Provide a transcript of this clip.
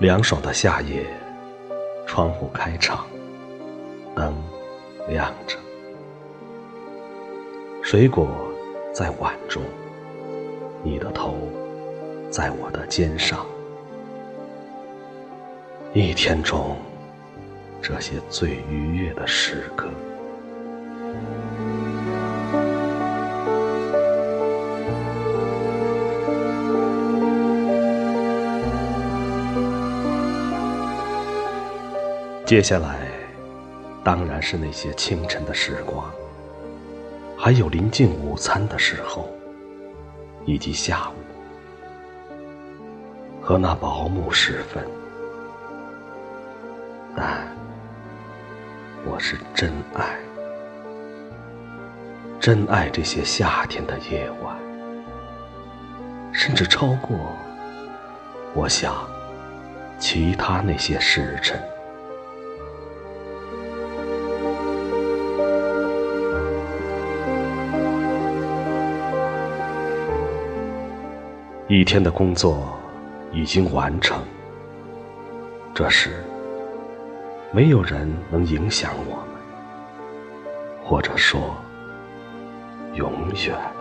凉爽的夏夜，窗户开敞，灯亮着，水果在碗中，你的头在我的肩上。一天中这些最愉悦的时刻。接下来当然是那些清晨的时光，还有临近午餐的时候，以及下午和那薄暮时分。但我是真爱，真爱这些夏天的夜晚，甚至超过我想其他那些时辰。一天的工作已经完成，这时没有人能影响我们，或者说永远。